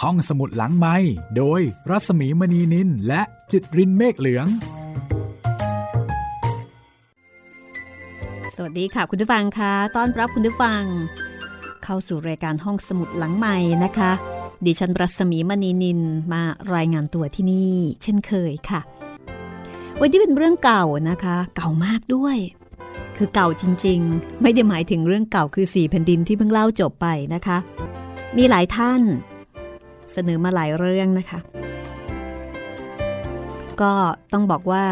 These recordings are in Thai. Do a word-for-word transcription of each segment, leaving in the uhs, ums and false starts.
ห้องสมุดหลังไมค์โดยรัศมีมณีนินและจิตรินเมฆเหลืองสวัสดีค่ะคุณผู้ฟังค่ะต้อนรับคุณผู้ฟังเข้าสู่รายการห้องสมุดหลังไมค์นะคะดิฉันรัศมีมณีนินมารายงานตัวที่นี่เช่นเคยค่ะวันนี้เป็นเรื่องเก่านะคะเก่ามากด้วยคือเก่าจริงๆไม่ได้หมายถึงเรื่องเก่าคือสี่แผ่นดินที่เพิ่งเล่าจบไปนะคะมีหลายท่านเสนอมาหลายเรื่องนะคะก็ต้องบอกว่า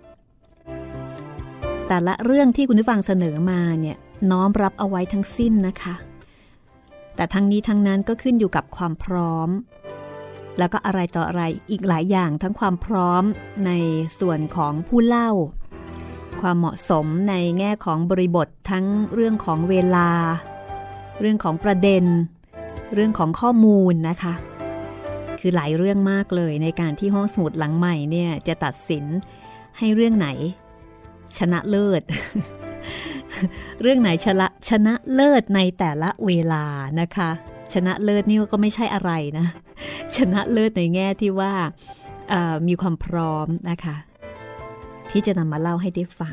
แต่ละเรื่องที่คุณผู้ฟังเสนอมาเนี่ยน้อมรับเอาไว้ทั้งสิ้นนะคะแต่ทั้งนี้ทั้งนั้นก็ขึ้นอยู่กับความพร้อมแล้วก็อะไรต่ออะไรอีกหลายอย่างทั้งความพร้อมในส่วนของผู้เล่าความเหมาะสมในแง่ของบริบททั้งเรื่องของเวลาเรื่องของประเด็นเรื่องของข้อมูลนะคะคือหลายเรื่องมากเลยในการที่ห้องสมุดหลังใหม่เนี่ยจะตัดสินให้เรื่องไหนชนะเลิศ เรื่องไหนชนะชนะเลิศในแต่ละเวลานะคะชนะเลิศนี่ก็ไม่ใช่อะไรนะชนะเลิศในแง่ที่ว่ามีความพร้อมนะคะที่จะนำมาเล่าให้ได้ฟัง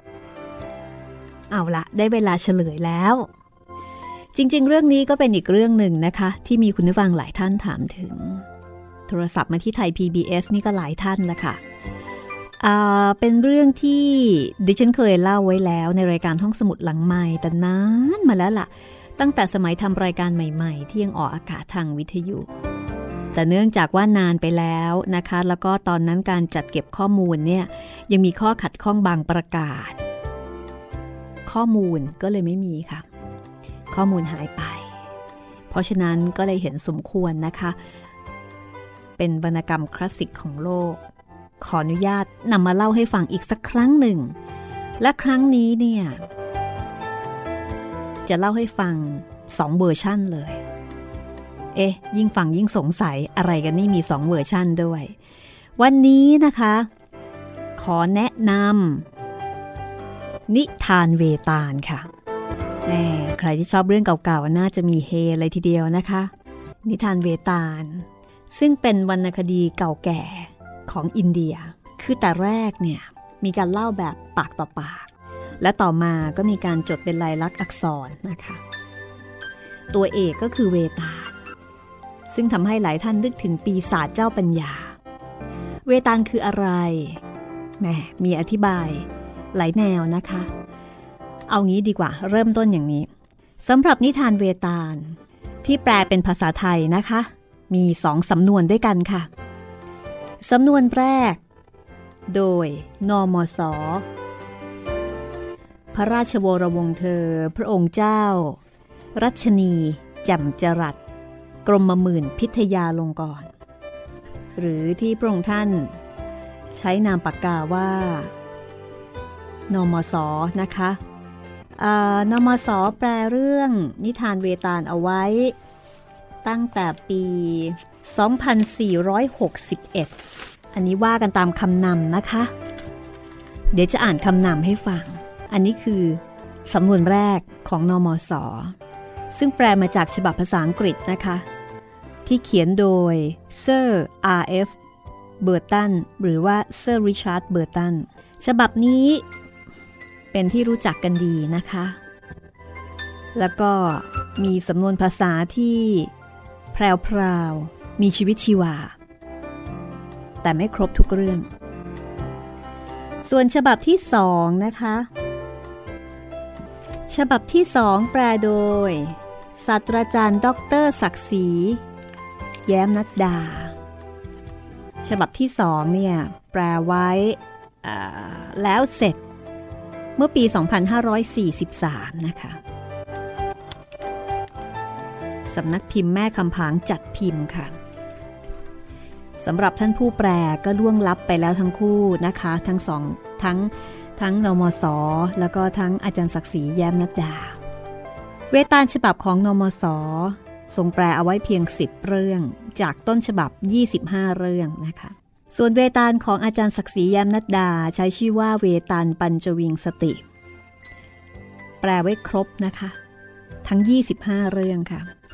เอาละได้เวลาเฉลยแล้วจริงๆเรื่องนี้ก็เป็นอีกเรื่องหนึ่งนะคะที่มีคุณผู้ฟังหลายท่านถามถึงโทรศัพท์มาที่ไทย พี บี เอส นี่ก็หลายท่านแล้วค่ะอ่าเป็นเรื่องที่ดิฉันเคยเล่าไว้แล้วในรายการห้องสมุดหลังไมค์แต่นานมาแล้วล่ะตั้งแต่สมัยทำรายการใหม่ๆที่ยังออกอากาศทางวิทยุแต่เนื่องจากว่านานไปแล้วนะคะแล้วก็ตอนนั้นการจัดเก็บข้อมูลเนี่ยยังมีข้อขัดข้องบางประกาศข้อมูลก็เลยไม่มีค่ะข้อมูลหายไปเพราะฉะนั้นก็เลยเห็นสมควรนะคะเป็นวรรณกรรมคลาสสิกของโลกขออนุญาตนำมาเล่าให้ฟังอีกสักครั้งหนึ่งและครั้งนี้เนี่ยจะเล่าให้ฟังสองเวอร์ชั่นเลยเอ๊ะยิ่งฟังยิ่งสงสัยอะไรกันนี่มีสองเวอร์ชั่นด้วยวันนี้นะคะขอแนะนำนิทานเวตาลค่ะแหมใครที่ชอบเรื่องเก่าๆน่าจะมีเฮเลยทีเดียวนะคะนิทานเวตาลซึ่งเป็นวรรณคดีเก่าแก่ของอินเดียคือแต่แรกเนี่ยมีการเล่าแบบปากต่อปากและต่อมาก็มีการจดเป็นลายลักษณ์อักษรนะคะตัวเอกก็คือเวตาลซึ่งทำให้หลายท่านนึกถึงปีศาจเจ้าปัญญาเวตาลคืออะไรแหมมีอธิบายหลายแนวนะคะเอางี้ดีกว่าเริ่มต้นอย่างนี้สำหรับนิทานเวตาลที่แปลเป็นภาษาไทยนะคะมีสองสำนวนด้วยกันค่ะสำนวนแรกโดยนมส.พระราชวรวงศ์เธอพระองค์เจ้ารัชนีแจ่มจรัสกรมหมื่นพิทยาลงกรณ์หรือที่พระองค์ท่านใช้นามปากกาว่านมส.นะคะนมส.แปลเรื่องนิทานเวตาลเอาไว้ตั้งแต่ปีสองพันสี่ร้อยหกสิบเอ็ดอันนี้ว่ากันตามคำนำนะคะเดี๋ยวจะอ่านคำนำให้ฟังอันนี้คือสำนวนแรกของนมส.ซึ่งแปลมาจากฉบับภาษาอังกฤษนะคะที่เขียนโดยเซอร์ อาร์ เอฟ เบอร์ตันหรือว่าเซอร์ริชาร์ดเบอร์ตันฉบับนี้เป็นที่รู้จักกันดีนะคะแล้วก็มีสำนวนภาษาที่แพรวๆมีชีวิตชีวาแต่ไม่ครบทุกเรื่องส่วนฉบับที่สองนะคะฉบับที่สองแปลโดยศาสตราจารย์ดร.ศักดิ์ศรีแย้มนัดดาฉบับที่สองเนี่ยแปลไว้แล้วเสร็จเมื่อปีสองพันห้าร้อยสี่สิบสามนะคะสำนักพิมพ์แม่คำผางจัดพิมพ์ค่ะสำหรับท่านผู้แปลก็ล่วงลับไปแล้วทั้งคู่นะคะทั้งสองทั้งทั้งนมส.แล้วก็ทั้งอาจารย์ศักดิ์ศรีแย้มนัดดาเวตาลฉบับของนมส.ทรงแปลเอาไว้เพียงสิบเรื่องจากต้นฉบับยี่สิบห้าเรื่องนะคะส่วนเวตาลของอาจารย์ศักดิ์ศรีแย้มนัดดาใช้ชื่อว่าเวตาลปัญจวิงสติแปลไว้ครบนะคะทั้งยี่สิบห้าเรื่องค่ะ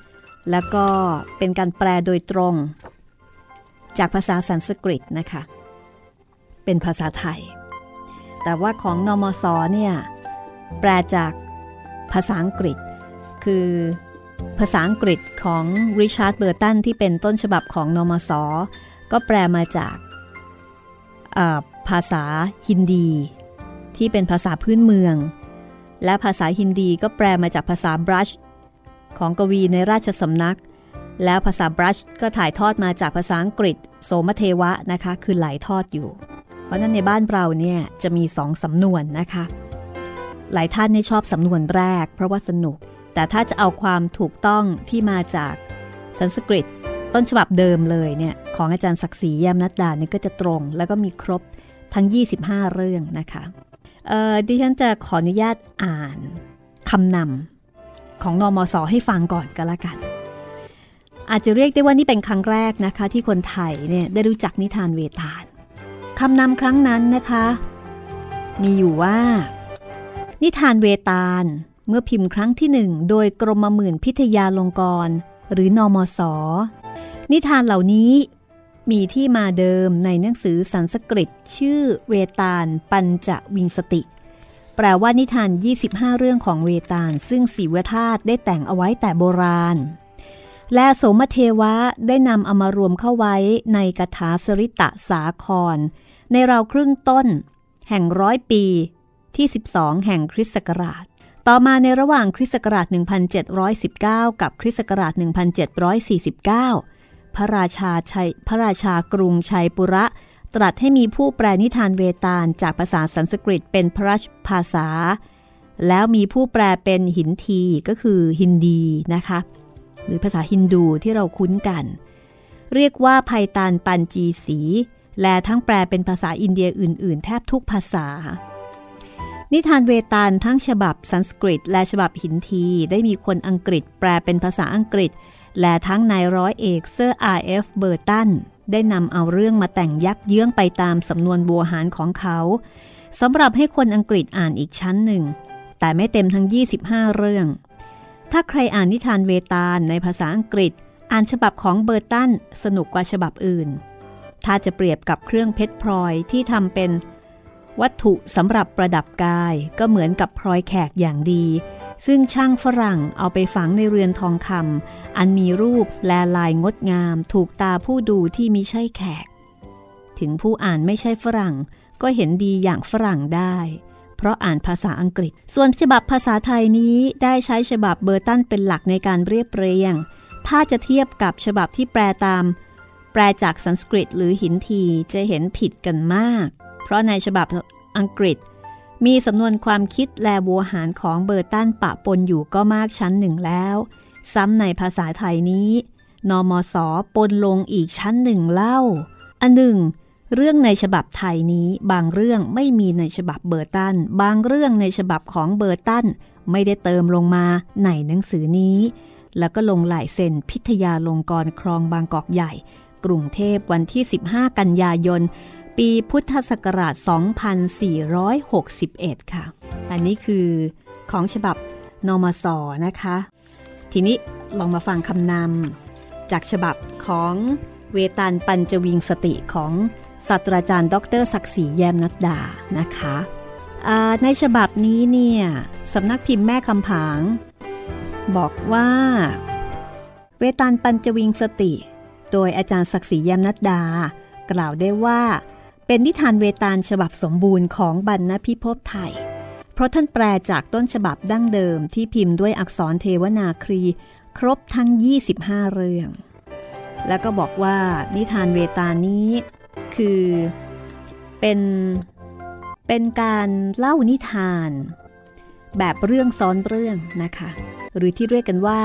แล้วก็เป็นการแปลโดยตรงจากภาษาสันสกฤตนะคะเป็นภาษาไทยแต่ว่าของนมส.เนี่ยแปลจากภาษาอังกฤษคือภาษาอังกฤษของริชาร์ดเบอร์ตันที่เป็นต้นฉบับของนมส.ก็แปลมาจากภาษาฮินดีที่เป็นภาษาพื้นเมืองและภาษาฮินดีก็แปลมาจากภาษาบรัชของกวีในราชสำนักแล้วภาษาบรัชก็ถ่ายทอดมาจากภาษาอังกฤษโสมเทวะนะคะคือหลายทอดอยู่เพราะนั้นในบ้านเราเนี่ยจะมีสองสำนวนนะคะหลายท่านนี่ชอบสำนวนแรกเพราะว่าสนุกแต่ถ้าจะเอาความถูกต้องที่มาจากสันสกฤตต้นฉบับเดิมเลยเนี่ยของอาจารย์ศักดิ์ศรีแย้มนัดดาเนี่ยก็จะตรงแล้วก็มีครบทั้งยี่สิบห้าเรื่องนะคะเอ่อดิฉันจะขออนุญาตอ่านคำนำของนมส.ให้ฟังก่อนก็แล้วกันอาจจะเรียกได้ว่านี่เป็นครั้งแรกนะคะที่คนไทยเนี่ยได้รู้จักนิทานเวตาลคำนำครั้งนั้นนะคะมีอยู่ว่านิทานเวตาลเมื่อพิมพ์ครั้งที่หนึ่งโดยกรมหมื่นพิทยาลงกรณ์หรือนมส.นิทานเหล่านี้มีที่มาเดิมในหนังสือสันสกฤตชื่อเวตาลปัญจวิงสติแปลว่านิทานยี่สิบห้าเรื่องของเวตาลซึ่งศิวธาตุได้แต่งเอาไว้แต่โบราณและโสมเทวะได้นำเอามารวมเข้าไว้ในกถาสริตะสาครในราวครึ่งต้นแห่งร้อยปีที่สิบสองแห่งคริสต์ศักราชต่อมาในระหว่างคริสต์ศักราชหนึ่งพันเจ็ดร้อยสิบเก้ากับคริสต์ศักราชหนึ่งพันเจ็ดร้อยสี่สิบเก้าพระราชาชัยพระราชากรุงชัยปุระตรัสให้มีผู้แปลนิทานเวตาลจากภาษาสันสกฤตเป็นพระราชภาษาแล้วมีผู้แปลเป็นหินทีก็คือฮินดีนะคะหรือภาษาฮินดูที่เราคุ้นกันเรียกว่าไพตาลปัญจีสีและทั้งแปลเป็นภาษาอินเดียอื่นๆแทบทุกภาษานิทานเวตาลทั้งฉบับสันสกฤตและฉบับหินทีได้มีคนอังกฤษแปลเป็นภาษาอังกฤษและทั้งนายร้อยเอกเซอร์ อาร์ เอฟ เบอร์ตันได้นำเอาเรื่องมาแต่งยักเยื้องไปตามสำนวนโบราณของเขาสำหรับให้คนอังกฤษอ่านอีกชั้นหนึ่งแต่ไม่เต็มทั้งยี่สิบห้าเรื่องถ้าใครอ่านนิทานเวตาลในภาษาอังกฤษอ่านฉบับของเบอร์ตันสนุกกว่าฉบับอื่นถ้าจะเปรียบกับเครื่องเพชรพลอยที่ทำเป็นวัตถุสำหรับประดับกายก็เหมือนกับพลอยแขกอย่างดีซึ่งช่างฝรั่งเอาไปฝังในเรือนทองคำอันมีรูปและลายงดงามถูกตาผู้ดูที่มิใช่แขกถึงผู้อ่านไม่ใช่ฝรั่งก็เห็นดีอย่างฝรั่งได้เพราะอ่านภาษาอังกฤษส่วนฉบับภาษาไทยนี้ได้ใช้ฉบับเบอร์ตันเป็นหลักในการเรียบเรียงถ้าจะเทียบกับฉบับที่แปลตามแปลจากสันสกฤตหรือหินทีจะเห็นผิดกันมากเพราะในฉบับอังกฤษมีสำนวนความคิดและโวหารของเบอร์ตันปะปนอยู่ก็มากชั้นหนึ่งแล้วซ้ำในภาษาไทยนี้นมส.ปนลงอีกชั้นหนึ่งเล่าอันหนึ่งเรื่องในฉบับไทยนี้บางเรื่องไม่มีในฉบับเบอร์ตันบางเรื่องในฉบับของเบอร์ตันไม่ได้เติมลงมาในหนังสือนี้แล้วก็ลงลายเซ็นพิทยาลงกรณ์คลองบางกอกใหญ่กรุงเทพวันที่สิบห้ากันยายนปีพุทธศักราชสองพันสี่ร้อยหกสิบเอ็ดค่ะอันนี้คือของฉบับนมส.นะคะทีนี้ลองมาฟังคำนำจากฉบับของเวตาลปัญจวิงสติของศาสตราจารย์ดรศักดิ์ศรีแย้มนัดดานะคะในฉบับนี้เนี่ยสำนักพิมพ์แม่คำผางบอกว่าเวตาลปัญจวิงสติโดยอาจารย์ศักดิ์ศรีแย้มนัดดากล่าวได้ว่าเป็นนิทานเวตาลฉบับสมบูรณ์ของบรรณพิภพไทยเพราะท่านแปลจากต้นฉบับดั้งเดิมที่พิมพ์ด้วยอักษรเทวนาครีครบทั้งยี่สิบห้าเรื่องแล้วก็บอกว่านิทานเวตาลนี้คือเป็นเป็นการเล่านิทานแบบเรื่องซ้อนเรื่องนะคะหรือที่เรียกกันว่า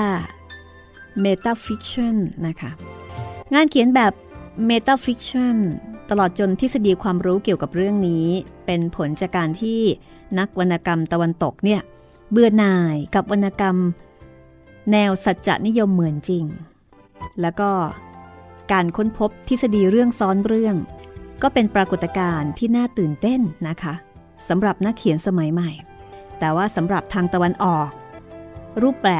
Metafiction นะคะงานเขียนแบบ Metafiction ตลอดจนทฤษฎีความรู้เกี่ยวกับเรื่องนี้เป็นผลจากการที่นักวรรณกรรมตะวันตกเนี่ยเบื่อหน่ายกับวรรณกรรมแนวสัจจนิยมเหมือนจริงแล้วก็การค้นพบทฤษฎีเรื่องซ้อนเรื่องก็เป็นปรากฏการณ์ที่น่าตื่นเต้นนะคะสำหรับนักเขียนสมัยใหม่แต่ว่าสำหรับทางตะวันออกรูปแบบ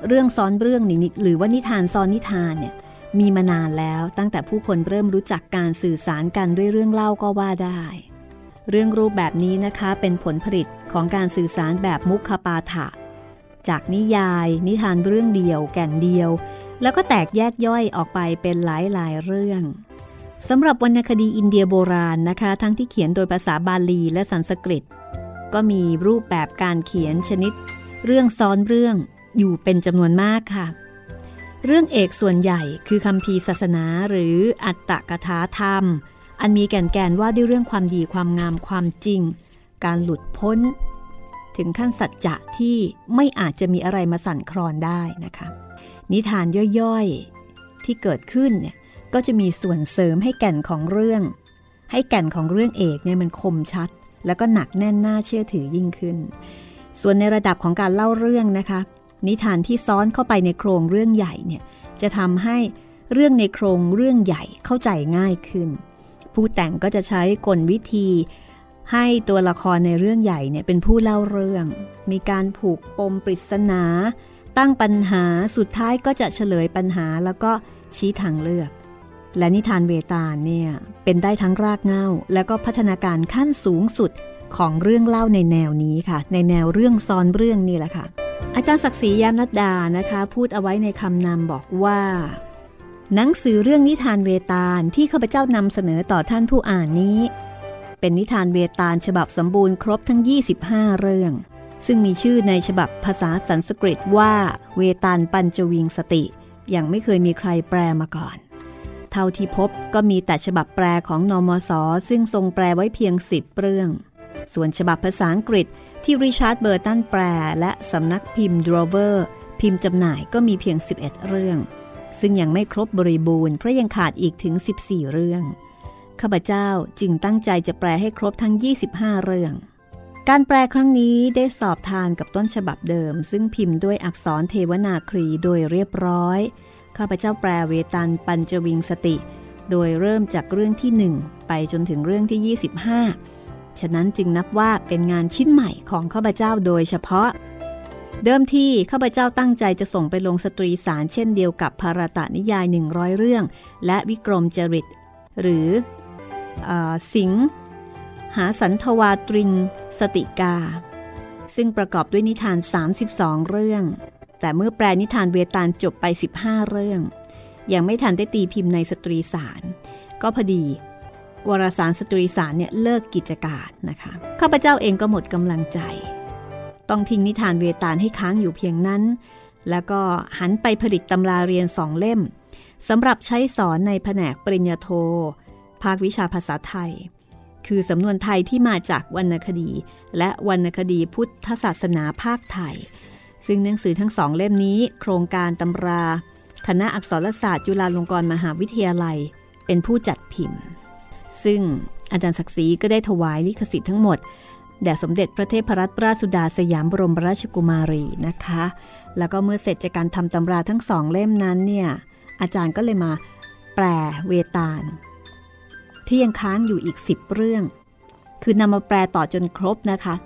เรื่องซ้อนเรื่องนิหรือว่านิทานซ้อนนิทานเนี่ยมีมานานแล้วตั้งแต่ผู้คนเริ่มรู้จักการสื่อสารกันด้วยเรื่องเล่าก็ว่าได้เรื่องรูปแบบนี้นะคะเป็นผลผลิตของการสื่อสารแบบมุขปาฐะจากนิยายนิทานเรื่องเดียวแก่นเดียวแล้วก็แตกแยกย่อยออกไปเป็นหลายๆเรื่องสำหรับวรรณคดีอินเดียโบราณนะคะทั้งที่เขียนโดยภาษาบาลีและสันสกฤตก็มีรูปแบบการเขียนชนิดเรื่องซ้อนเรื่องอยู่เป็นจำนวนมากค่ะเรื่องเอกส่วนใหญ่คือคัมภีร์ศาสนาหรืออัตตกถาธรรมอันมีแก่นแกนว่าด้วยเรื่องความดีความงามความจริงการหลุดพ้นถึงขั้นสัจจะที่ไม่อาจจะมีอะไรมาสั่นคลอนได้นะคะนิทานย่อยๆที่เกิดขึ้นเนี่ยก็จะมีส่วนเสริมให้แก่นของเรื่องให้แก่นของเรื่องเอกเนี่ยมันคมชัดแล้วก็หนักแน่นน่าเชื่อถือยิ่งขึ้นส่วนในระดับของการเล่าเรื่องนะคะนิทานที่ซ้อนเข้าไปในโครงเรื่องใหญ่เนี่ยจะทำให้เรื่องในโครงเรื่องใหญ่เข้าใจง่ายขึ้นผู้แต่งก็จะใช้กลวิธีให้ตัวละครในเรื่องใหญ่เนี่ยเป็นผู้เล่าเรื่องมีการผูกปมปริศนาตั้งปัญหาสุดท้ายก็จะเฉลยปัญหาแล้วก็ชี้ทางเลือกและนิทานเวตาลเนี่ยเป็นได้ทั้งรากเหง้าแล้วก็พัฒนาการขั้นสูงสุดของเรื่องเล่าในแนวนี้ค่ะในแนวเรื่องซ้อนเรื่องนี่แหละค่ะอาจารย์ศักดิ์ศรีแย้มนัดดานะคะพูดเอาไว้ในคำนำบอกว่าหนังสือเรื่องนิทานเวตาลที่ข้าพเจ้านำเสนอต่อท่านผู้อ่านนี้เป็นนิทานเวตาลฉบับสมบูรณ์ครบทั้งยี่สิบห้าเรื่องซึ่งมีชื่อในฉบับภาษาสันสกฤตว่าเวตาลปัญจวิงสติยังไม่เคยมีใครแปลมาก่อนเท่าที่พบก็มีแต่ฉบับแปลของนมส.ซึ่งทรงแปลไว้เพียงสิบเรื่องส่วนฉบับภาษาอังกฤษที่ริชาร์ดเบอร์ตันแปลและสำนักพิมพ์ดรอเวอร์พิมพ์จำหน่ายก็มีเพียงสิบเอ็ดเรื่องซึ่งยังไม่ครบบริบูรณ์เพราะยังขาดอีกถึงสิบสี่เรื่องข้าพเจ้าจึงตั้งใจจะแปลให้ครบทั้งยี่สิบห้าเรื่องการแปลครั้งนี้ได้สอบทานกับต้นฉบับเดิมซึ่งพิมพ์ด้วยอักษรเทวนาครีโดยเรียบร้อยข้าพเจ้าแปลเวตาลปัญจวิงสติโดยเริ่มจากเรื่องที่หนึ่งไปจนถึงเรื่องที่ยี่สิบห้าฉะนั้นจึงนับว่าเป็นงานชิ้นใหม่ของข้าพเจ้าโดยเฉพาะเดิมทีข้าพเจ้าตั้งใจจะส่งไปลงสตรีสารเช่นเดียวกับภารตนิยายหนึ่งร้อยเรื่องและวิกรมจริตหรือสิงหาสันทวาตริงสติกาซึ่งประกอบด้วยนิทานสามสิบสองเรื่องแต่เมื่อแปลนิทานเวตาลจบไปสิบห้าเรื่องยังไม่ทันได้ตีพิมพ์ในสตรีสารก็พอดีวารสารสตรีสารเนี่ยเลิกกิจการนะคะข้าพเจ้าเองก็หมดกำลังใจต้องทิ้งนิทานเวตาลให้ค้างอยู่เพียงนั้นแล้วก็หันไปผลิตตำราเรียนสองเล่มสำหรับใช้สอนในแผนกปริญญาโทภาควิชาภาษาไทยคือสำนวนไทยที่มาจากวรรณคดีและวรรณคดีพุทธศาสนาภาคไทยซึ่งหนังสือทั้งสองเล่มนี้โครงการตำราคณะอักษรศาสตร์จุฬาลงกรณ์มหาวิทยาลัยเป็นผู้จัดพิมพ์ซึ่งอาจารย์ศักดิ์ศรีก็ได้ถวายลิขสิทธิ์ทั้งหมดแด่สมเด็จพระเทพรัตนราชสุดาสยามบรมราชกุมารีนะคะแล้วก็เมื่อเสร็จจากการทำตำราทั้งสองเล่มนั้นเนี่ยอาจารย์ก็เลยมาแปลเวตาลที่ยังค้างอยู่อีกสิบเรื่องคือนำมาแปลต่อจนครบนะคะ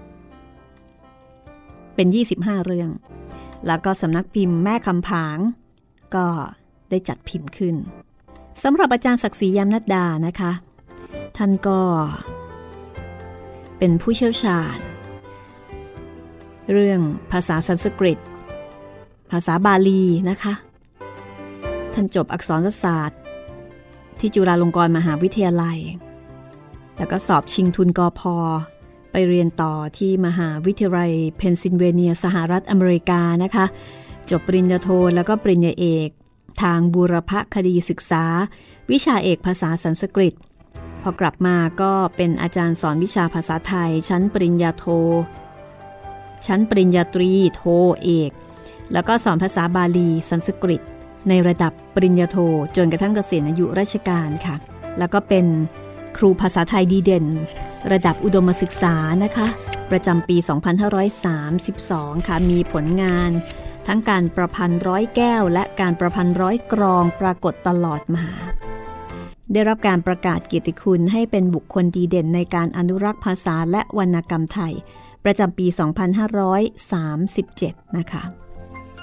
เป็นยี่สิบห้าเรื่องแล้วก็สำนักพิมพ์แม่คำผางก็ได้จัดพิมพ์ขึ้นสำหรับอาจารย์ศักดิ์ศรียามนัดดานะคะท่านก็เป็นผู้เชี่ยวชาญเรื่องภาษาสันสกฤตภาษาบาลีนะคะท่านจบอักษรศาสตร์ที่จุฬาลงกรณ์มหาวิทยาลัยแล้วก็สอบชิงทุนกพ.ไปเรียนต่อที่มหาวิทยาลัยเพนซิลเวเนียสหรัฐอเมริกานะคะจบปริญญาโทแล้วก็ปริญญาเอกทางบูรพคดีศึกษาวิชาเอกภาษาสันสกฤตพอกลับมาก็เป็นอาจารย์สอนวิชาภาษาไทยชั้นปริญญาโทชั้นปริญญาตรีโทเอกแล้วก็สอนภาษาบาลีสันสกฤตในระดับปริญญาโทจนกระทั่งเกษียณอายุราชการค่ะแล้วก็เป็นครูภาษาไทยดีเด่นระดับอุดมศึกษานะคะประจำปีสองพันห้าร้อยสามสิบสองค่ะมีผลงานทั้งการประพันธ์ร้อยแก้วและการประพันธ์ร้อยกรองปรากฏตลอดมาได้รับการประกาศเกียรติคุณให้เป็นบุคคลดีเด่นในการอนุรักษ์ภาษาและวรรณกรรมไทยประจำปีสองพันห้าร้อยสามสิบเจ็ดนะคะ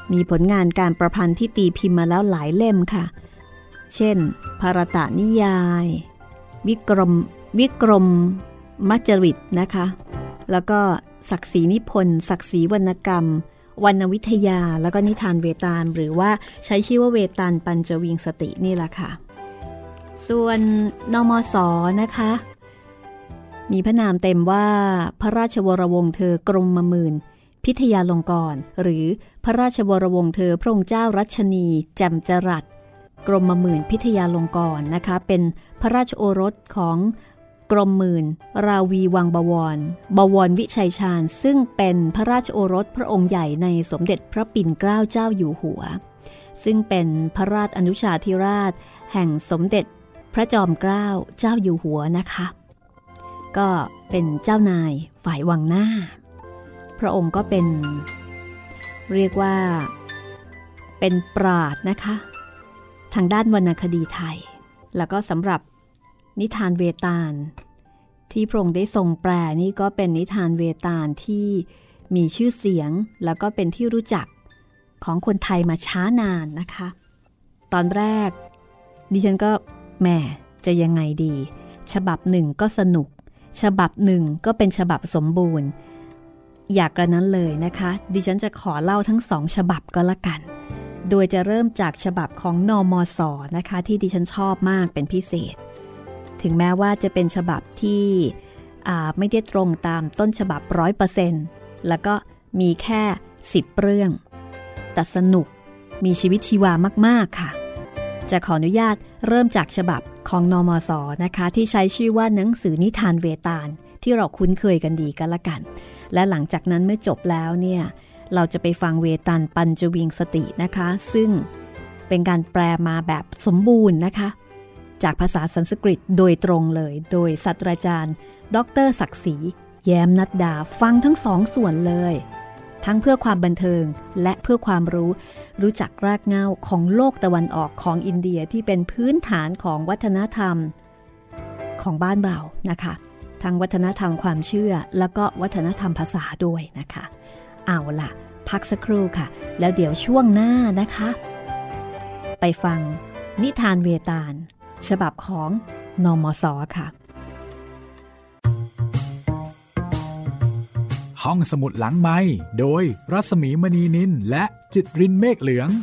มีผลงานการประพันธ์ที่ตีพิมพ์มาแล้วหลายเล่มค่ะเช่นภารตนิยายวิกรมวิกรมมัจจริตนะคะแล้วก็ศักดิ์ศรีนิพนธ์ศักดิ์ศรีวรรณกรรมวรรณวิทยาแล้วก็นิทานเวตาลหรือว่าใช้ชื่อว่าเวตาลปัญจวิงสตินี่แหละค่ะส่วนนมส.นะคะมีพระนามเต็มว่าพระราชวรวงศ์เธอกรมหมื่นพิทยาลงกรณ์หรือพระราชวรวงศ์เธอพระองค์เจ้ารัชนีแจ่มจรัสกรมหมื่นพิทยาลงกรณ์นะคะเป็นพระราชโอรสของกรมหมื่นราวีวังบวรบวรวิชัยชาญซึ่งเป็นพระราชโอรสพระองค์ใหญ่ในสมเด็จพระปิ่นเกล้าเจ้าอยู่หัวซึ่งเป็นพระราชอนุชาธิราชแห่งสมเด็จพระจอมเกล้าเจ้าอยู่หัวนะคะก็เป็นเจ้านายฝ่ายวังหน้าพระองค์ก็เป็นเรียกว่าเป็นปราชญ์นะคะทางด้านวรรณคดีไทยแล้วก็สำหรับนิทานเวตาลที่พระองค์ได้ทรงแปลนี่ก็เป็นนิทานเวตาลที่มีชื่อเสียงแล้วก็เป็นที่รู้จักของคนไทยมาช้านานนะคะตอนแรกดิฉันก็แหมจะยังไงดีฉบับหนึ่งก็สนุกฉบับหนึ่งก็เป็นฉบับสมบูรณ์อยากกระนั้นเลยนะคะดิฉันจะขอเล่าทั้งสองฉบับก็แล้วกันโดยจะเริ่มจากฉบับของนมส.นะคะที่ดิฉันชอบมากเป็นพิเศษถึงแม้ว่าจะเป็นฉบับที่ไม่ได้ตรงตามต้นฉบับ ร้อยเปอร์เซ็นต์ แล้วก็มีแค่สิบเรื่องแต่สนุกมีชีวิตชีวามากๆค่ะจะขออนุญาตเริ่มจากฉบับของนมส.นะคะที่ใช้ชื่อว่าหนังสือนิทานเวตาลที่เราคุ้นเคยกันดีกันละกันและหลังจากนั้นเมื่อจบแล้วเนี่ยเราจะไปฟังเวตาลปัญจวิงสตินะคะซึ่งเป็นการแปลมาแบบสมบูรณ์นะคะจากภาษาสันสกฤตโดยตรงเลยโดยศาสตราจารย์ดร.ศักดิ์ศรีแย้มนัดดาฟังทั้งสองส่วนเลยทั้งเพื่อความบันเทิงและเพื่อความรู้รู้จักรากเหง้าของโลกตะวันออกของอินเดียที่เป็นพื้นฐานของวัฒนธรรมของบ้านเรานะคะทั้งวัฒนธรรมความเชื่อแล้วก็วัฒนธรรมภาษาด้วยนะคะเอาล่ะพักสักครู่ค่ะแล้วเดี๋ยวช่วงหน้านะคะไปฟังนิทานเวตาลฉบับของนมส.ค่ะห้องสมุดหลังไมค์โดยรัศมีมณีนินและจิตรินเมฆเหลือง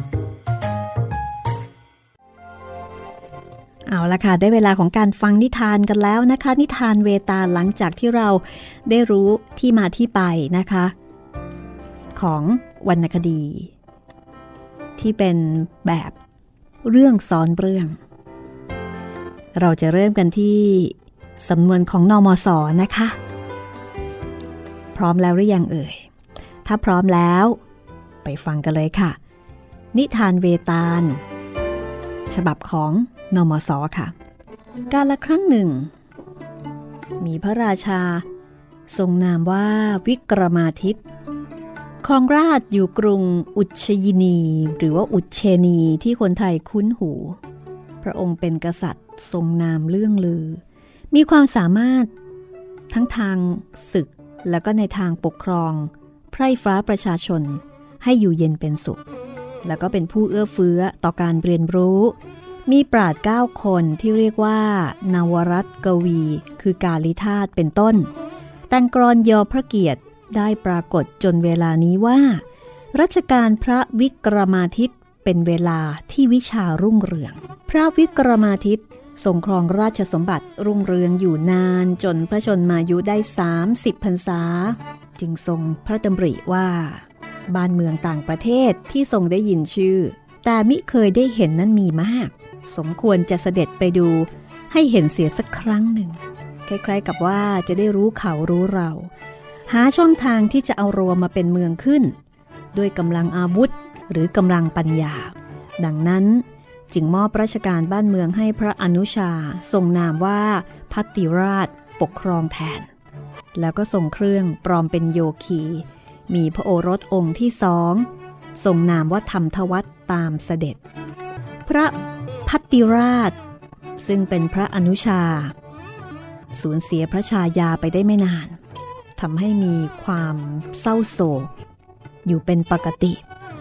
เอาละค่ะได้เวลาของการฟังนิทานกันแล้วนะคะนิทานเวตาลหลังจากที่เราได้รู้ที่มาที่ไปนะคะของวรรณคดีที่เป็นแบบเรื่องซ้อนเรื่องเราจะเริ่มกันที่สำนวนของนมส.นะคะพร้อมแล้วหรือยังเอ่ยถ้าพร้อมแล้วไปฟังกันเลยค่ะนิทานเวตาลฉบับของนมส.ค่ะกาลครั้งหนึ่งมีพระราชาทรงนามว่าวิกรมาทิตครองราชย์อยู่กรุงอุชยินีหรือว่าอุชเชนีที่คนไทยคุ้นหูพระองค์เป็นกษัตริย์ทรงนามเลื่องลือมีความสามารถทั้งทางศึกและก็ในทางปกครองไพร่ฟ้าประชาชนให้อยู่เย็นเป็นสุขแล้วก็เป็นผู้เอื้อเฟื้อต่อการเรียนรู้มีปราชญ์เก้าคนที่เรียกว่านวรัตกวีคือกาลิธาตุเป็นต้นแต่งกลอนยอพระเกียรติได้ปรากฏจนเวลานี้ว่ารัชกาลพระวิกรมาทิตเป็นเวลาที่วิชารุ่งเรืองพระวิกรมาทิตทรงครองราชสมบัติรุ่งเรืองอยู่นานจนพระชนมายุได้สามสิบพรรษาจึงทรงพระดำริว่าบ้านเมืองต่างประเทศที่ทรงได้ยินชื่อแต่มิเคยได้เห็นนั้นมีมากสมควรจะเสด็จไปดูให้เห็นเสียสักครั้งหนึ่งคล้ายๆกับว่าจะได้รู้เขารู้เราหาช่องทางที่จะเอารัวมาเป็นเมืองขึ้นด้วยกำลังอาวุธหรือกำลังปัญญาดังนั้นจึงมอบราชการบ้านเมืองให้พระอนุชาทรงนามว่าพัตติราชปกครองแทนแล้วก็ทรงเครื่องปลอมเป็นโยคีมีพระโอรสองค์ที่สองทรงนามว่าธรรมทวัตตามเสด็จพระพัตติราชซึ่งเป็นพระอนุชาสูญเสียพระชายาไปได้ไม่นานทำให้มีความเศร้าโศกอยู่เป็นปกติ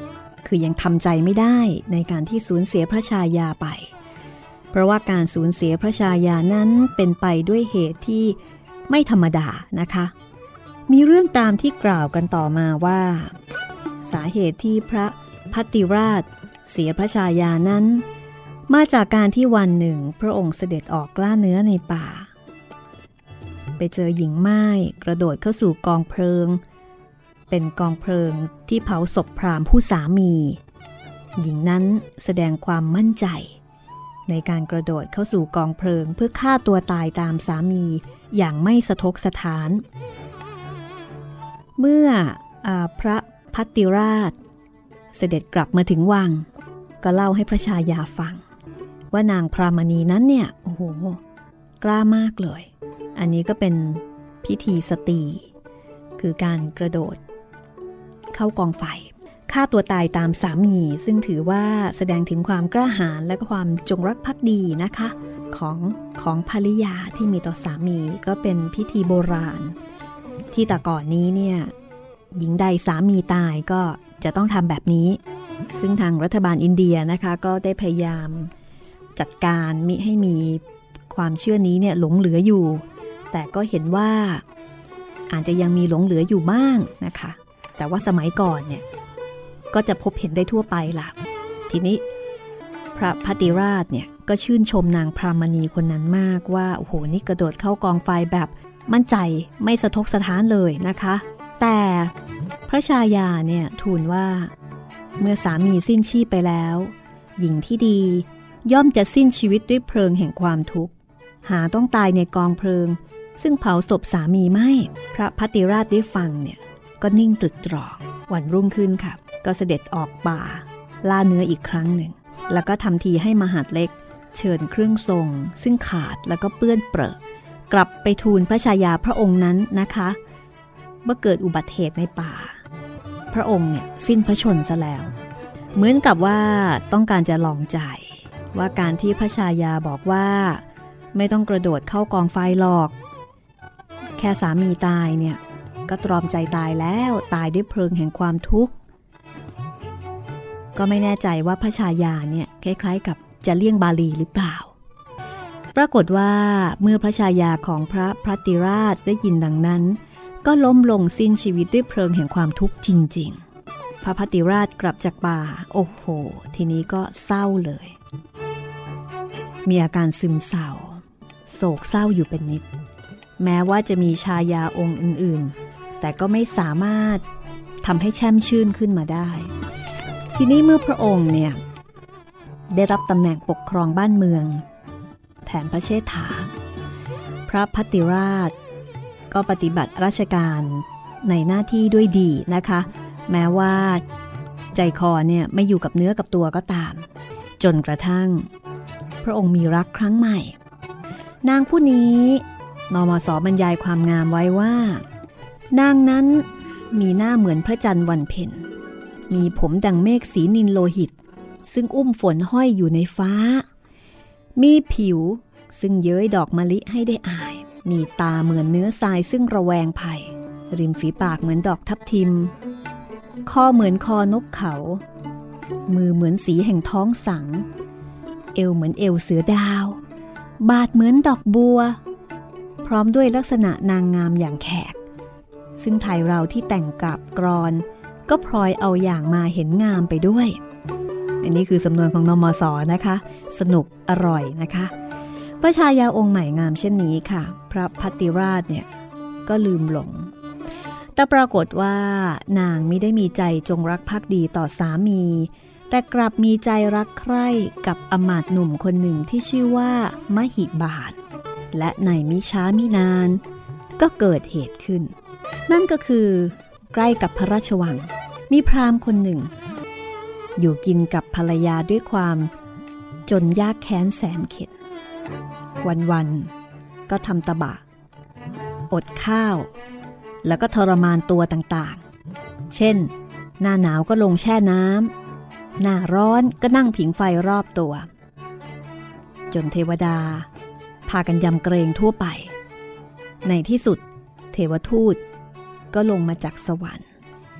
คือยังทำใจไม่ได้ในการที่สูญเสียพระชายาไปเพราะว่าการสูญเสียพระชายานั้นเป็นไปด้วยเหตุที่ไม่ธรรมดานะคะมีเรื่องตามที่กล่าวกันต่อมาว่าสาเหตุที่พระภัตติราชเสียพระชายานั้นมาจากการที่วันหนึ่งพระองค์เสด็จออกล่าเนื้อในป่าไปเจอหญิงม่ายกระโดดเข้าสู่กองเพลิงเป็นกองเพลิงที่เผาศพพราหมณ์ผู้สามีหญิงนั้นแสดงความมั่นใจในการกระโดดเข้าสู่กองเพลิงเพื่อฆ่าตัวตายตามสามีอย่างไม่สะทกสะท้านเมื่ออาพระภัตติราชเสด็จกลับมาถึงวังก็เล่าให้พระชายาฟังว่านางพรามณีนั้นเนี่ยโอ้โหกล้ามากเลยอันนี้ก็เป็นพิธีสตรีคือการกระโดดเข้ากองไฟฆ่าตัวตายตามสามีซึ่งถือว่าแสดงถึงความกล้าหาญและก็ความจงรักภักดีนะคะของของภริยาที่มีต่อสามีก็เป็นพิธีโบราณที่แต่ก่อนนี้เนี่ยหญิงใดสามีตายก็จะต้องทำแบบนี้ซึ่งทางรัฐบาลอินเดียนะคะก็ได้พยายามจัดการมิให้มีความเชื่อนี้เนี่ยหลงเหลืออยู่แต่ก็เห็นว่าอาจจะยังมีหลงเหลืออยู่บ้างนะคะแต่ว่าสมัยก่อนเนี่ยก็จะพบเห็นได้ทั่วไปล่ะทีนี้พระภัตติราชเนี่ยก็ชื่นชมนางพรามณีคนนั้นมากว่าโอ้โหนี่กระโดดเข้ากองไฟแบบมั่นใจไม่สะทกสะท้านเลยนะคะแต่พระชายาเนี่ยทูลว่าเมื่อสามีสิ้นชีพไปแล้วหญิงที่ดีย่อมจะสิ้นชีวิตด้วยเพลิงแห่งความทุกข์หาต้องตายในกองเพลิงซึ่งเผาศพสามีไม่พระภัตติราชได้ฟังเนี่ยก็นิ่งตรึกตรองวันรุ่งขึ้นค่ะก็เสด็จออกป่าล่าเนื้ออีกครั้งหนึ่งแล้วก็ทำทีให้มหาดเล็กเชิญเครื่องทรงซึ่งขาดแล้วก็เปื้อนเปรอะกลับไปทูลพระชายาพระองค์นั้นนะคะเมื่อเกิดอุบัติเหตุในป่าพระองค์เนี่ยสิ้นพระชนม์ซะแล้วเหมือนกับว่าต้องการจะลองใจว่าการที่พระชายาบอกว่าไม่ต้องกระโดดเข้ากองไฟหรอกแค่สามีตายเนี่ยก็ตรอมใจตายแล้วตายด้วยเพลิงแห่งความทุกข์ก็ไม่แน่ใจว่าพระชายาเนี่ยคล้ายๆกับจะเลี่ยงบาลีหรือเปล่าปรากฏว่าเมื่อพระชายาของพระภัตติราชได้ยินดังนั้นก็ล้มลงสิ้นชีวิตด้วยเพลิงแห่งความทุกข์จริงๆพระภัตติราชกลับจากป่าโอ้โหทีนี้ก็เศร้าเลยมีอาการซึมเศร้าโศกเศร้าอยู่เป็นนิดแม้ว่าจะมีชายาองค์อื่นๆแต่ก็ไม่สามารถทำให้แช่มชื่นขึ้นมาได้ทีนี้เมื่อพระองค์เนี่ยได้รับตำแหน่งปกครองบ้านเมืองแทนพระเชษฐาพระภัตติราชก็ปฏิบัติราชการในหน้าที่ด้วยดีนะคะแม้ว่าใจคอเนี่ยไม่อยู่กับเนื้อกับตัวก็ตามจนกระทั่งพระองค์มีรักครั้งใหม่นางผู้นี้นมส.บรรยายความงามไว้ว่านางนั้นมีหน้าเหมือนพระจันทร์วันเพ็ญมีผมดังเมฆสีนิลโลหิตซึ่งอุ้มฝนห้อยอยู่ในฟ้ามีผิวซึ่งเย้ยดอกมะลิให้ได้อายมีตาเหมือนเนื้อทรายซึ่งระแวงภัยริมฝีปากเหมือนดอกทับทิมคอเหมือนคอนกเขามือเหมือนสีแห่งท้องสังเอวเหมือนเอวเสือดาวบาดเหมือนดอกบัวพร้อมด้วยลักษณะนางงามอย่างแขกซึ่งไทยเราที่แต่งกับกรอนก็พลอยเอาอย่างมาเห็นงามไปด้วยอันนี้คือสำนวนของนมส.นะคะสนุกอร่อยนะคะพระชายาองค์ใหม่งามเช่นนี้ค่ะพระภัตติราชเนี่ยก็ลืมหลงแต่ปรากฏว่านางไม่ได้มีใจจงรักภักดีต่อสามีแต่กลับมีใจรักใคร่กับอมาตย์หนุ่มคนหนึ่งที่ชื่อว่ามหิบาทและในมิช้ามินานก็เกิดเหตุขึ้นนั่นก็คือใกล้กับพระราชวังมีพราหมณ์คนหนึ่งอยู่กินกับภรรยาด้วยความจนยากแค้นแสนเข็ญวันๆก็ทำตบะอดข้าวแล้วก็ทรมานตัวต่างๆเช่นหน้าหนาวก็ลงแช่น้ำหน้าร้อนก็นั่งผิงไฟรอบตัวจนเทวดาพากันยำเกรงทั่วไปในที่สุดเทวทูตก็ลงมาจากสวรรค์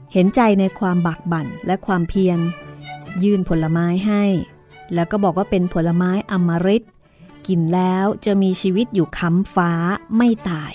เห็นใจในความบักบั่นและความเพียรยื่นผลไม้ให้แล้วก็บอกว่าเป็นผลไม้อมฤตกินแล้วจะมีชีวิตอยู่ค้ำฟ้าไม่ตาย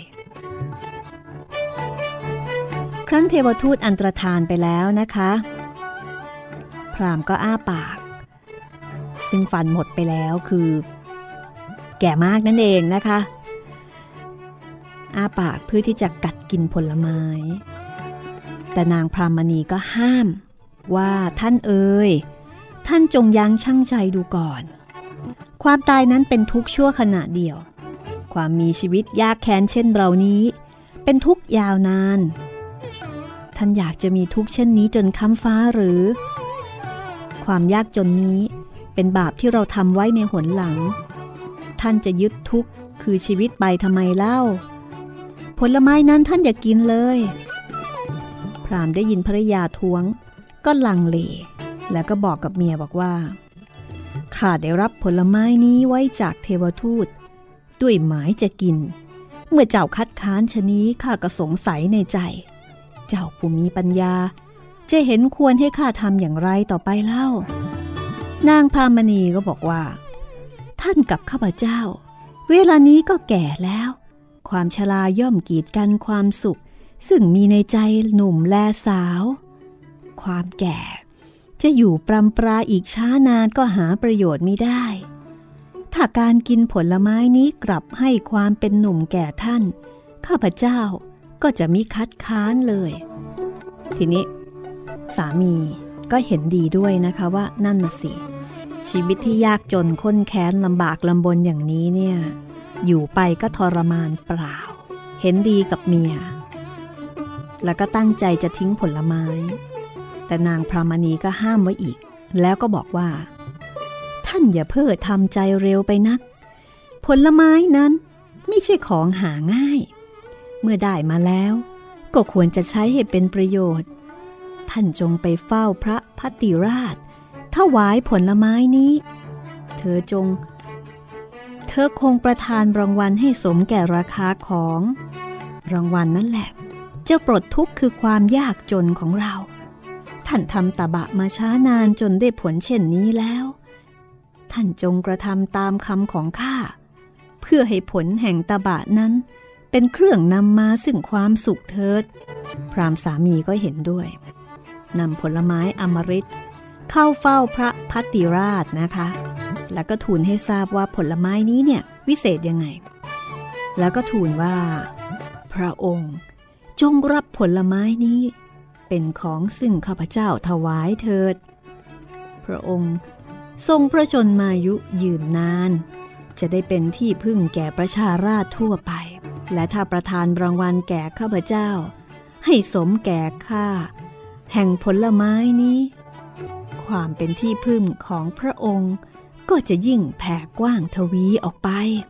ครั้นเทวทูตอันตรธานไปแล้วนะคะพราหมณ์ก็อ้าปากซึ่งฟันหมดไปแล้วคือแก่มากนั่นเองนะคะอ้าปากเพื่อที่จะกัดกินผลไม้แต่นางพรามณีก็ห้ามว่าท่านเอ๋ยท่านจงยั้งชั่งใจดูก่อนความตายนั้นเป็นทุกข์ชั่วขณะเดียวความมีชีวิตยากแค้นเช่นเรานี้เป็นทุกข์ยาวนานท่านอยากจะมีทุกข์เช่นนี้จนค้ำฟ้าหรือความยากจนนี้เป็นบาปที่เราทำไว้ในหนหลังท่านจะยึดทุกข์คือชีวิตไปทำไมเล่าผลไม้นั้นท่านอย่ากินเลยพราหมณ์ได้ยินภริยาท้วงก็ลังเลแล้วก็บอกกับเมียบอกว่าข้าได้รับผลไม้นี้ไว้จากเทวทูตด้วยหมายจะกินเมื่อเจ้าคัดค้านชะนี้ข้าก็สงสัยในใจเจ้าผู้มีปัญญาจะเห็นควรให้ข้าทำอย่างไรต่อไปเล่านางพามณีก็บอกว่าท่านกับข้าพเจ้าเวลานี้ก็แก่แล้วความชราย่อมกีดกันความสุขซึ่งมีในใจหนุ่มแลสาวความแก่จะอยู่ปรำปราอีกช้านานก็หาประโยชน์ไม่ได้ถ้าการกินผลไม้นี้กลับให้ความเป็นหนุ่มแก่ท่านข้าพเจ้าก็จะมิคัดค้านเลยทีนี้สามีก็เห็นดีด้วยนะคะว่านั่นน่ะสิชีวิตที่ยากจนข้นแค้นลำบากลำบนอย่างนี้เนี่ยอยู่ไปก็ทรมานเปล่าเห็นดีกับเมียแล้วก็ตั้งใจจะทิ้งผลไม้แต่นางพรามณีก็ห้ามไว้อีกแล้วก็บอกว่าท่านอย่าเพ้อทำใจเร็วไปนักผลไม้นั้นไม่ใช่ของหาง่ายเมื่อได้มาแล้วก็ควรจะใช้ให้เป็นประโยชน์ท่านจงไปเฝ้าพระภัตติราชถวายผลไม้นี้เธอจงเธอคงประทานรางวัลให้สมแก่ราคาของรางวัลนั่นแหละจะปลดทุกข์คือความยากจนของเราท่านทำตบะมาช้านานจนได้ผลเช่นนี้แล้วท่านจงกระทำตามคำของข้าเพื่อให้ผลแห่งตบะนั้นเป็นเครื่องนำมาซึ่งความสุขเถิดพราหมณ์สามีก็เห็นด้วยนำผลไม้อมฤตเข้าเฝ้าพระภัตติราชนะคะแล้วก็ทูลให้ทราบว่าผลไม้นี้เนี่ยวิเศษยังไงแล้วก็ทูลว่าพระองค์จงรับผลไม้นี้เป็นของซึ่งข้าพเจ้าถวายเถิดพระองค์ทรงพระชนมายุยืนนานจะได้เป็นที่พึ่งแก่ประชาราษฎร์ทั่วไปและถ้าประทานรางวัลแก่ข้าพเจ้าให้สมแก่ข้าแห่งผลไม้นี้ความเป็นที่พึ่งของพระองค์ก็จะยิ่งแผ่กว้างทวีออกไป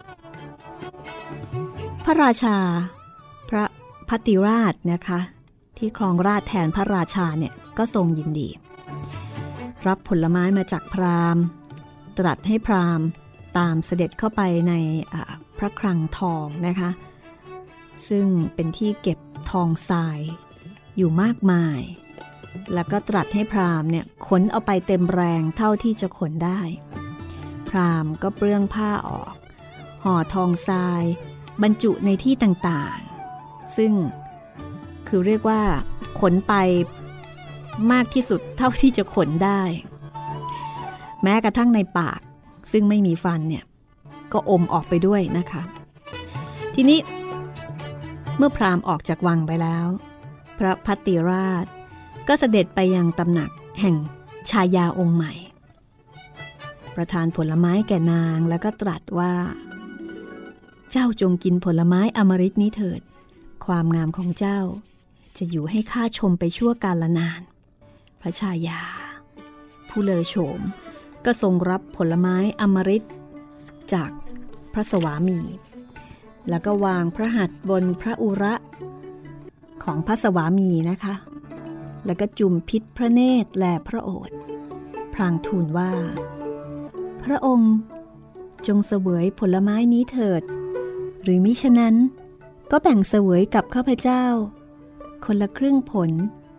พระราชาพระภัตติราชนะคะที่ครองราชย์แทนพระราชาเนี่ยก็ทรงยินดีรับผลไม้มาจากพราหมณ์ตรัสให้พราหมณ์ตามเสด็จเข้าไปในพระคลังทองนะคะซึ่งเป็นที่เก็บทองทรายอยู่มากมายแล้วก็ตรัสให้พราหมณ์เนี่ยขนเอาไปเต็มแรงเท่าที่จะขนได้พราหมณ์ก็เปลื้องผ้าออกห่อทองทรายบรรจุในที่ต่างๆซึ่งคือเรียกว่าขนไปมากที่สุดเท่าที่จะขนได้แม้กระทั่งในปากซึ่งไม่มีฟันเนี่ยก็อมออกไปด้วยนะคะทีนี้เมื่อพราหมณ์ออกจากวังไปแล้วพระภัตติราชก็เสด็จไปยังตำหนักแห่งชายาองค์ใหม่ประทานผลไม้แก่นางแล้วก็ตรัสว่าเจ้าจงกินผลไม้อมฤตนี้เถิดความงามของเจ้าจะอยู่ให้ข้าชมไปชั่วกาลนานพระชายาผู้เลอโฉมก็ทรงรับผลไม้อมฤตจากพระสวามีแล้วก็วางพระหัตถ์บนพระอุระของพระสวามีนะคะแล้วก็จุมพิษพระเนตรแลพระโอษฐ์พลางทูลว่าพระองค์จงเสวยผลไม้นี้เถิดหรือมิฉะนั้นก็แบ่งเสวยกับข้าพเจ้าคนละครึ่งผล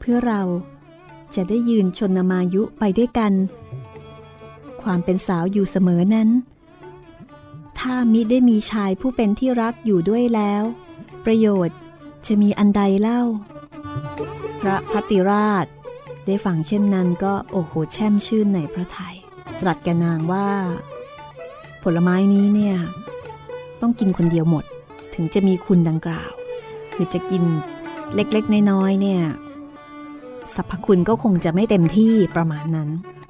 เพื่อเราจะได้ยืนชนมายุไปด้วยกันความเป็นสาวอยู่เสมอนั้นถ้ามิได้มีชายผู้เป็นที่รักอยู่ด้วยแล้วประโยชน์จะมีอันใดเล่าพระพัตติราชได้ฟังเช่นนั้นก็โอ้โหแช่มชื่นในพระทัยตรัสแก่นางว่าผลไม้นี้เนี่ยต้องกินคนเดียวหมดถึงจะมีคุณดังกล่าวคือจะกินเล็กๆน้อยๆเนี่ยสรรพคุณก็คงจะไม่เต็มที่ประมาณนั้น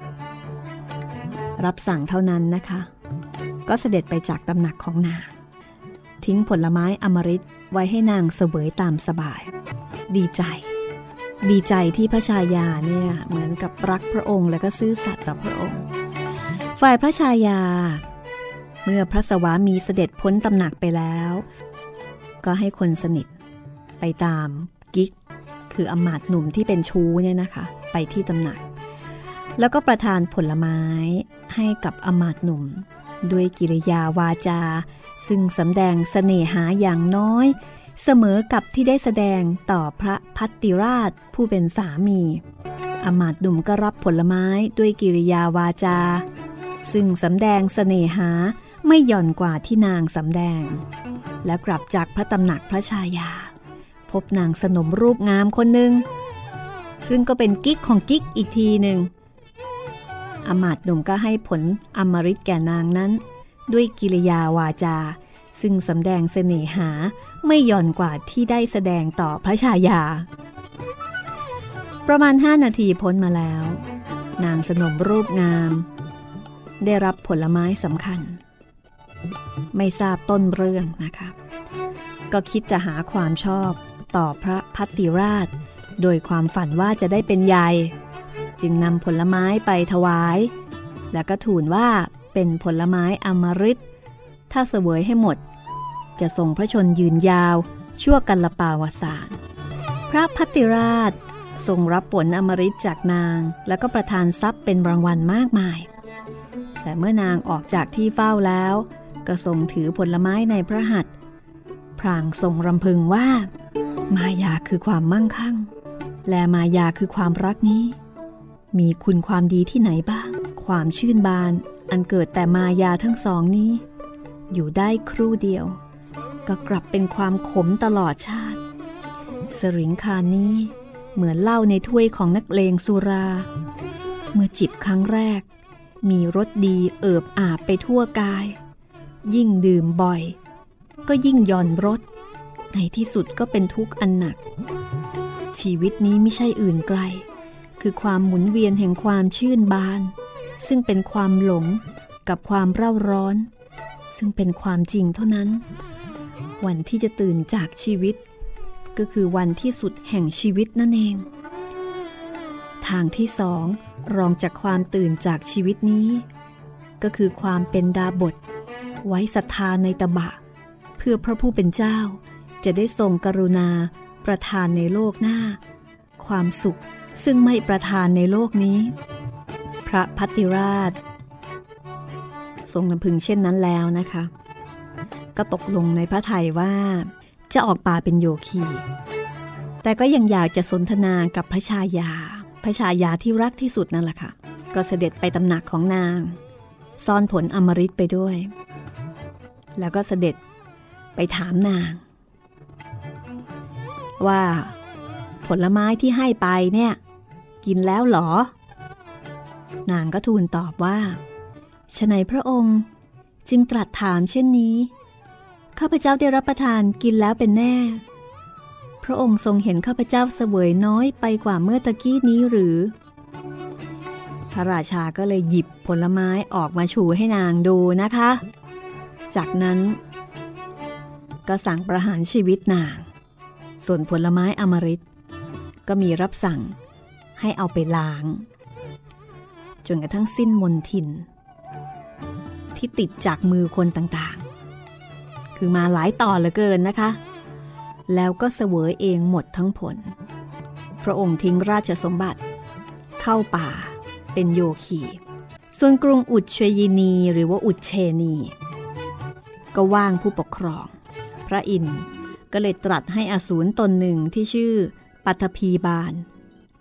รับสั่งเท่านั้นนะคะก็เสด็จไปจากตำหนักของนางทิ้งผลไม้อมฤตไว้ให้นางเสวยตามสบายดีใจดีใจที่พระชายาเนี่ยเหมือนกับรักพระองค์และก็ซื่อสัตย์ต่อพระองค์ฝ่ายพระชายาเมื่อพระสวามีเสด็จพ้นตำหนักไปแล้วก็ให้คนสนิทไปตามกิ๊กคืออมาตย์หนุ่มที่เป็นชู้เนี่ยนะคะไปที่ตำหนักแล้วก็ประทานผลไม้ให้กับอมาตย์หนุ่มด้วยกิริยาวาจาซึ่งสำแดงเสน่หาอย่างน้อยเสมอกับที่ได้แสดงต่อพระพัตติราชผู้เป็นสามีอมาตย์หนุ่มก็รับผลไม้ด้วยกิริยาวาจาซึ่งสำแดงเสน่หาไม่หย่อนกว่าที่นางสำแดงและกลับจากพระตำหนักพระชายาพบนางสนมรูปงามคนหนึ่งซึ่งก็เป็นกิ๊กของกิ๊กอีกทีหนึ่งอมาตย์หนุ่มก็ให้ผลอมฤตแก่นางนั้นด้วยกิริยาวาจาซึ่งสำแดงเสน่หาไม่หย่อนกว่าที่ได้แสดงต่อพระชายาประมาณห้านาทีพ้นมาแล้วนางสนมรูปงามได้รับผลไม้สำคัญไม่ทราบต้นเรื่องนะคะก็คิดจะหาความชอบต่อพระพัตติราชโดยความฝันว่าจะได้เป็นใหญ่จึงนำผลไม้ไปถวายแล้วก็ทูลว่าเป็นผลไม้อมฤตถ้าเสวยให้หมดจะทรงพระชนยืนยาวชั่วกัลปาวสานพระพัตติราชทรงรับผลอมฤตจากนางแล้วก็ประทานทรัพย์เป็นรางวัลมากมายแต่เมื่อนางออกจากที่เฝ้าแล้วก็ทรงถือผลไม้ในพระหัตถ์พลางทรงรำพึงว่ามายาคือความมั่งคั่งและมายาคือความรักนี้มีคุณความดีที่ไหนบ้างความชื่นบานอันเกิดแต่มายาทั้งสองนี้อยู่ได้ครู่เดียวก็กลับเป็นความขมตลอดชาติสริงคารนี้เหมือนเหล้าในถ้วยของนักเลงสุราเมื่อจิบครั้งแรกมีรสดีเอิบอาบไปทั่วกายยิ่งดื่มบ่อยก็ยิ่งหย่อนรสในที่สุดก็เป็นทุกข์อันหนักชีวิตนี้ไม่ใช่อื่นไกลคือความหมุนเวียนแห่งความชื่นบานซึ่งเป็นความหลงกับความเร่าร้อนซึ่งเป็นความจริงเท่านั้นวันที่จะตื่นจากชีวิตก็คือวันที่สุดแห่งชีวิตนั่นเองทางที่สองรองจากความตื่นจากชีวิตนี้ก็คือความเป็นดาบสไว้ศรัทธาในตบะเพื่อพระผู้เป็นเจ้าจะได้ทรงกรุณาประทานในโลกหน้าความสุขซึ่งไม่ประทานในโลกนี้พระพัตติราชทรงรำพึงเช่นนั้นแล้วนะคะก็ตกลงในพระทัยว่าจะออกป่าเป็นโยคีแต่ก็ยังอยากจะสนทนากับพระชายาพระชายาที่รักที่สุดนั่นแหละค่ะก็เสด็จไปตำหนักของนางซ่อนผลอมฤตไปด้วยแล้วก็เสด็จไปถามนางว่าผลไม้ที่ให้ไปเนี่ยกินแล้วหรอนางก็ทูลตอบว่าฉนัยพระองค์จึงตรัสถามเช่นนี้ข้าพเจ้าได้รับประทานกินแล้วเป็นแน่พระองค์ทรงเห็นข้าพเจ้าเสวยน้อยไปกว่าเมื่อตะกี้นี้หรือพระราชาก็เลยหยิบผลไม้ออกมาชูให้นางดูนะคะจากนั้นก็สั่งประหารชีวิตนางส่วนผลไม้อมฤตก็มีรับสั่งให้เอาไปล้างจนกระทั่งสิ้นมนทินที่ติดจากมือคนต่างๆคือมาหลายต่อเหลือเกินนะคะแล้วก็เสวยเองหมดทั้งผลพระองค์ทิ้งราชสมบัติเข้าป่าเป็นโยคีส่วนกรุงอุเชยินีหรือว่าอุเชนีก็ว่างผู้ปกครองพระอินทร์ก็เลยตรัสให้อสูรตนหนึ่งที่ชื่อปัทภีบาล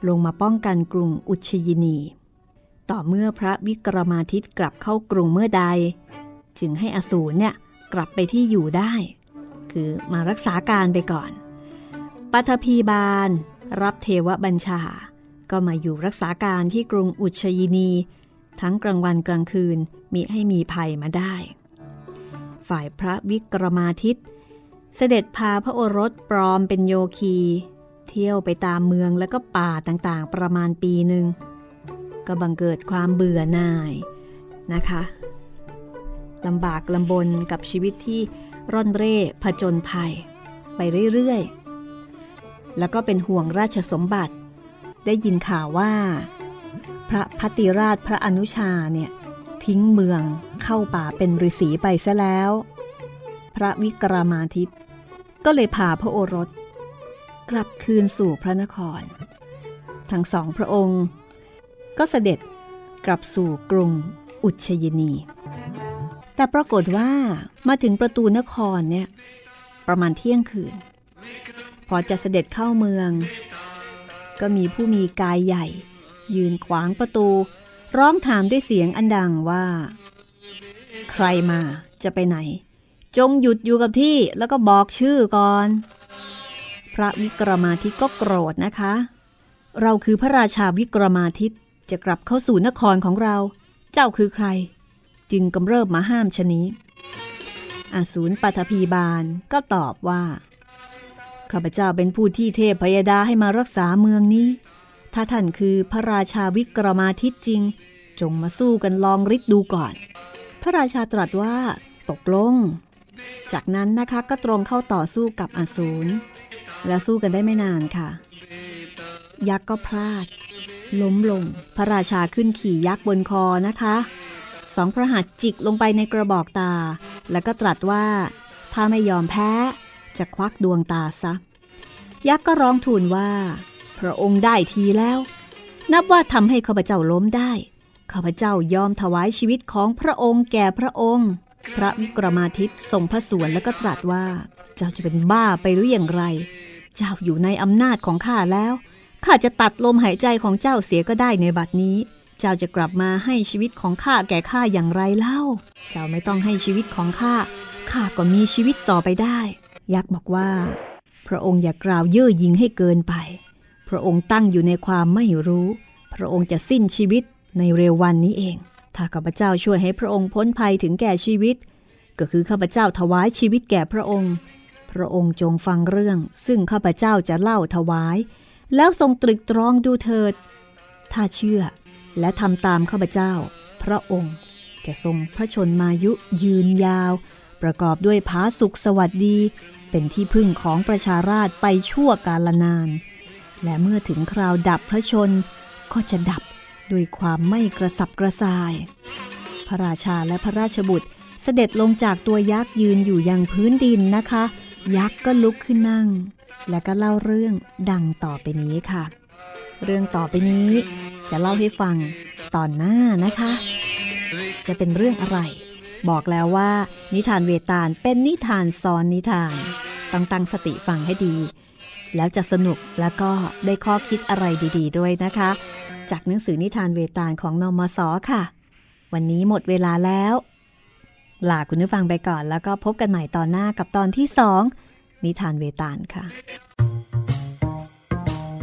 ลงมาป้องกันกรุงอุชยินีต่อเมื่อพระวิกรมาทิตกลับเข้ากรุงเมื่อใดจึงให้อสูรเนี่ยกลับไปที่อยู่ได้คือมารักษาการไปก่อนปฐพีบาลรับเทวบัญชาก็มาอยู่รักษาการที่กรุงอุชยินีทั้งกลางวันกลางคืนมิให้มีภัยมาได้ฝ่ายพระวิกรมาทิตเสด็จพาพระโอรสปลอมเป็นโยคีเที่ยวไปตามเมืองและก็ป่าต่างๆประมาณปีหนึ่งก็บังเกิดความเบื่อหน่ายนะคะลำบากลำบนกับชีวิตที่ร่อนเร่ผจญภัยไปเรื่อยๆแล้วก็เป็นห่วงราชสมบัติได้ยินข่าวว่าพระพัติราชพระอนุชาเนี่ยทิ้งเมืองเข้าป่าเป็นฤาษีไปซะแล้วพระวิกรมาทิตก็เลยพาพระโอรสกลับคืนสู่พระนครทั้งสองพระองค์ก็เสด็จกลับสู่กรุงอุชยินีแต่ปรากฏว่ามาถึงประตูนครเนี่ยประมาณเที่ยงคืนพอจะเสด็จเข้าเมืองก็มีผู้มีกายใหญ่ยืนขวางประตูร้องถามด้วยเสียงอันดังว่าใครมาจะไปไหนจงหยุดอยู่กับที่แล้วก็บอกชื่อก่อนพระวิกรมาทิตก็โกรธนะคะเราคือพระราชาวิกรมาทิตจะกลับเข้าสู่นครของเราเจ้าคือใครจึงกำเริบมาห้ามชะนี้อสูรปฐพีบาลก็ตอบว่าข้าพเจ้าเป็นผู้ที่เทพพยดาให้มารักษาเมืองนี้ถ้าท่านคือพระราชาวิกรมาทิตจริงจงมาสู้กันลองฤทธิ์ดูก่อนพระราชาตรัสว่าตกลงจากนั้นนะคะก็ตรงเข้าต่อสู้กับอสูรและสู้กันได้ไม่นานค่ะยักษ์ก็พลาดล้มลงพระราชาขึ้นขี่ยักษ์บนคอนะคะสองพระหัตถ์จิกลงไปในกระบอกตาแล้วก็ตรัสว่าถ้าไม่ยอมแพ้จะควักดวงตาซะยักษ์ก็ร้องทูลว่าพระองค์ได้ทีแล้วนับว่าทำให้ข้าพเจ้าล้มได้ข้าพเจ้ายอมถวายชีวิตของพระองค์แก่พระองค์พระวิกรมาทิตทรงพระสวนแล้วก็ตรัสว่าเจ้าจะเป็นบ้าไปหรืออย่างไรเจ้าอยู่ในอำนาจของข้าแล้วข้าจะตัดลมหายใจของเจ้าเสียก็ได้ในบัดนี้เจ้าจะกลับมาให้ชีวิตของข้าแก่ข้าอย่างไรเล่าเจ้าไม่ต้องให้ชีวิตของข้าข้าก็มีชีวิตต่อไปได้ยักษ์บอกว่าพระองค์อย่ากล่าวเย่อหยิ่งให้เกินไปพระองค์ตั้งอยู่ในความไม่รู้พระองค์จะสิ้นชีวิตในเร็ววันนี้เองถ้าข้าพเจ้าช่วยให้พระองค์พ้นภัยถึงแก่ชีวิตก็คือข้าพเจ้าถวายชีวิตแก่พระองค์พระองค์จงฟังเรื่องซึ่งข้าพเจ้าจะเล่าถวายแล้วทรงตรึกตรองดูเถิดถ้าเชื่อและทำตามข้าพเจ้าพระองค์จะทรงพระชนมายุยืนยาวประกอบด้วยผาสุขสวัสดีเป็นที่พึ่งของประชาราษฎร์ไปชั่วกาลนานและเมื่อถึงคราวดับพระชนก็จะดับด้วยความไม่กระสับกระส่ายพระราชาและพระราชบุตรเสด็จลงจากตัวยักษ์ยืนอยู่ยังพื้นดินนะคะยักษ์ก็ลุกขึ้นนั่งและก็เล่าเรื่องดังต่อไปนี้ค่ะเรื่องต่อไปนี้จะเล่าให้ฟังตอนหน้านะคะจะเป็นเรื่องอะไรบอกแล้วว่านิทานเวตาลเป็นนิทานซ้อนนิทานต้องตั้งสติฟังให้ดีแล้วจะสนุกแล้วก็ได้ข้อคิดอะไรดีๆด้วยนะคะจากหนังสือนิทานเวตาลของนมส.ค่ะวันนี้หมดเวลาแล้วลาคุณผู้ฟังไปก่อนแล้วก็พบกันใหม่ตอนหน้ากับตอนที่สองนิทานเวตาลค่ะ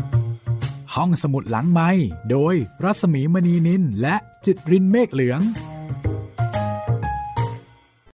ห้องสมุดหลังไมค์โดยรัศมีมณีนินและจิตรินเมฆเหลือง